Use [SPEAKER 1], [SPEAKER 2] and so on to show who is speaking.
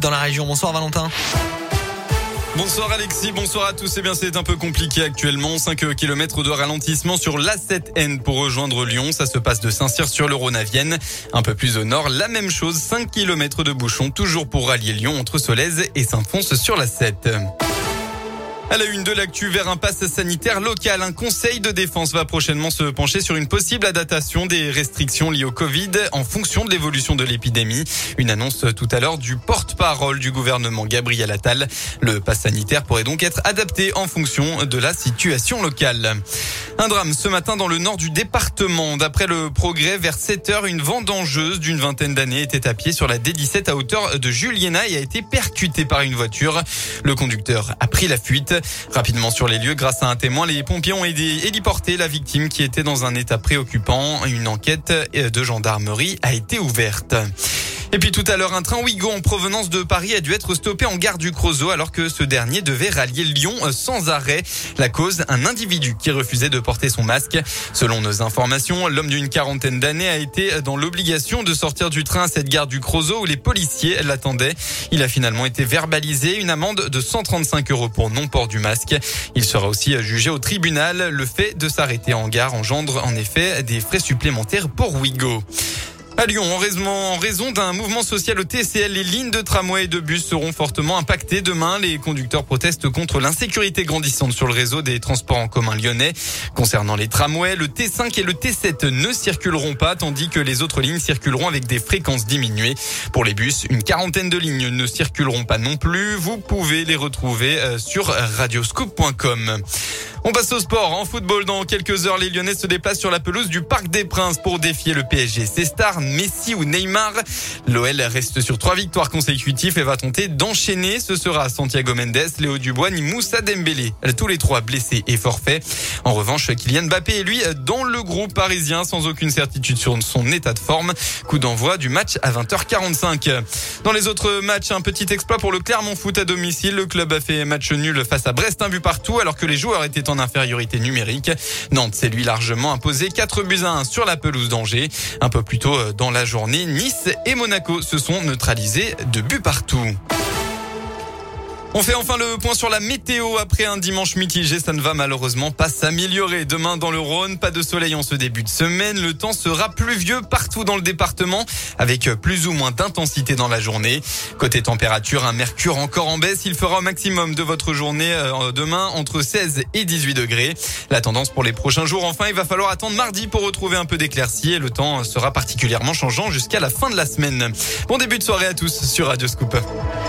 [SPEAKER 1] dans la région. Bonsoir Valentin.
[SPEAKER 2] Bonsoir Alexis, bonsoir à tous. Eh bien, c'est un peu compliqué actuellement. 5 km de ralentissement sur l'A7N pour rejoindre Lyon. Ça se passe de Saint-Cyr sur le Rhône à Vienne. Un peu plus au nord, la même chose. 5 km de bouchon, toujours pour rallier Lyon entre Solèze et Saint-Fons sur l'A7. À la une de l'actu, vers un pass sanitaire local, un conseil de défense va prochainement se pencher sur une possible adaptation des restrictions liées au Covid en fonction de l'évolution de l'épidémie. Une annonce tout à l'heure du porte-parole du gouvernement, Gabriel Attal. Le pass sanitaire pourrait donc être adapté en fonction de la situation locale. Un drame ce matin dans le nord du département. D'après le Progrès, vers 7h, une vendangeuse d'une vingtaine d'années était à pied sur la D17 à hauteur de Juliena et a été percutée par une voiture. Le conducteur a pris la fuite. Rapidement sur les lieux, grâce à un témoin, les pompiers ont héliporté la victime qui était dans un état préoccupant. Une enquête de gendarmerie a été ouverte. Et puis tout à l'heure, un train Ouigo en provenance de Paris a dû être stoppé en gare du Creusot alors que ce dernier devait rallier Lyon sans arrêt. La cause, un individu qui refusait de porter son masque. Selon nos informations, l'homme d'une quarantaine d'années a été dans l'obligation de sortir du train à cette gare du Creusot où les policiers l'attendaient. Il a finalement été verbalisé, une amende de 135 € pour non-port du masque. Il sera aussi jugé au tribunal. Le fait de s'arrêter en gare engendre en effet des frais supplémentaires pour Ouigo. À Lyon, en raison d'un mouvement social au TCL, les lignes de tramway et de bus seront fortement impactées demain. Les conducteurs protestent contre l'insécurité grandissante sur le réseau des transports en commun lyonnais. Concernant les tramways, le T5 et le T7 ne circuleront pas, tandis que les autres lignes circuleront avec des fréquences diminuées. Pour les bus, une quarantaine de lignes ne circuleront pas non plus. Vous pouvez les retrouver sur radioscoop.com. On passe au sport. En football, dans quelques heures, les Lyonnais se déplacent sur la pelouse du Parc des Princes pour défier le PSG. Ses stars, Messi ou Neymar. L'OL reste sur 3 victoires consécutives et va tenter d'enchaîner. Ce sera Santiago Mendes, Léo Dubois, ni Moussa Dembélé. Tous les 3 blessés et forfaits. En revanche, Kylian Mbappé est lui dans le groupe parisien sans aucune certitude sur son état de forme. Coup d'envoi du match à 20h45. Dans les autres matchs, un petit exploit pour le Clermont Foot à domicile. Le club a fait match nul face à Brest, 1 but partout, alors que les joueurs étaient en infériorité numérique. Nantes s'est lui largement imposé 4-1 sur la pelouse d'Angers. Un peu plus tôt dans la journée, Nice et Monaco se sont neutralisés 2 buts partout. On fait enfin le point sur la météo. Après un dimanche mitigé, ça ne va malheureusement pas s'améliorer. Demain dans le Rhône, pas de soleil en ce début de semaine. Le temps sera pluvieux partout dans le département avec plus ou moins d'intensité dans la journée. Côté température, un mercure encore en baisse. Il fera au maximum de votre journée demain entre 16 et 18 degrés. La tendance pour les prochains jours, enfin, il va falloir attendre mardi pour retrouver un peu d'éclaircie et le temps sera particulièrement changeant jusqu'à la fin de la semaine. Bon début de soirée à tous sur Radio Scoop.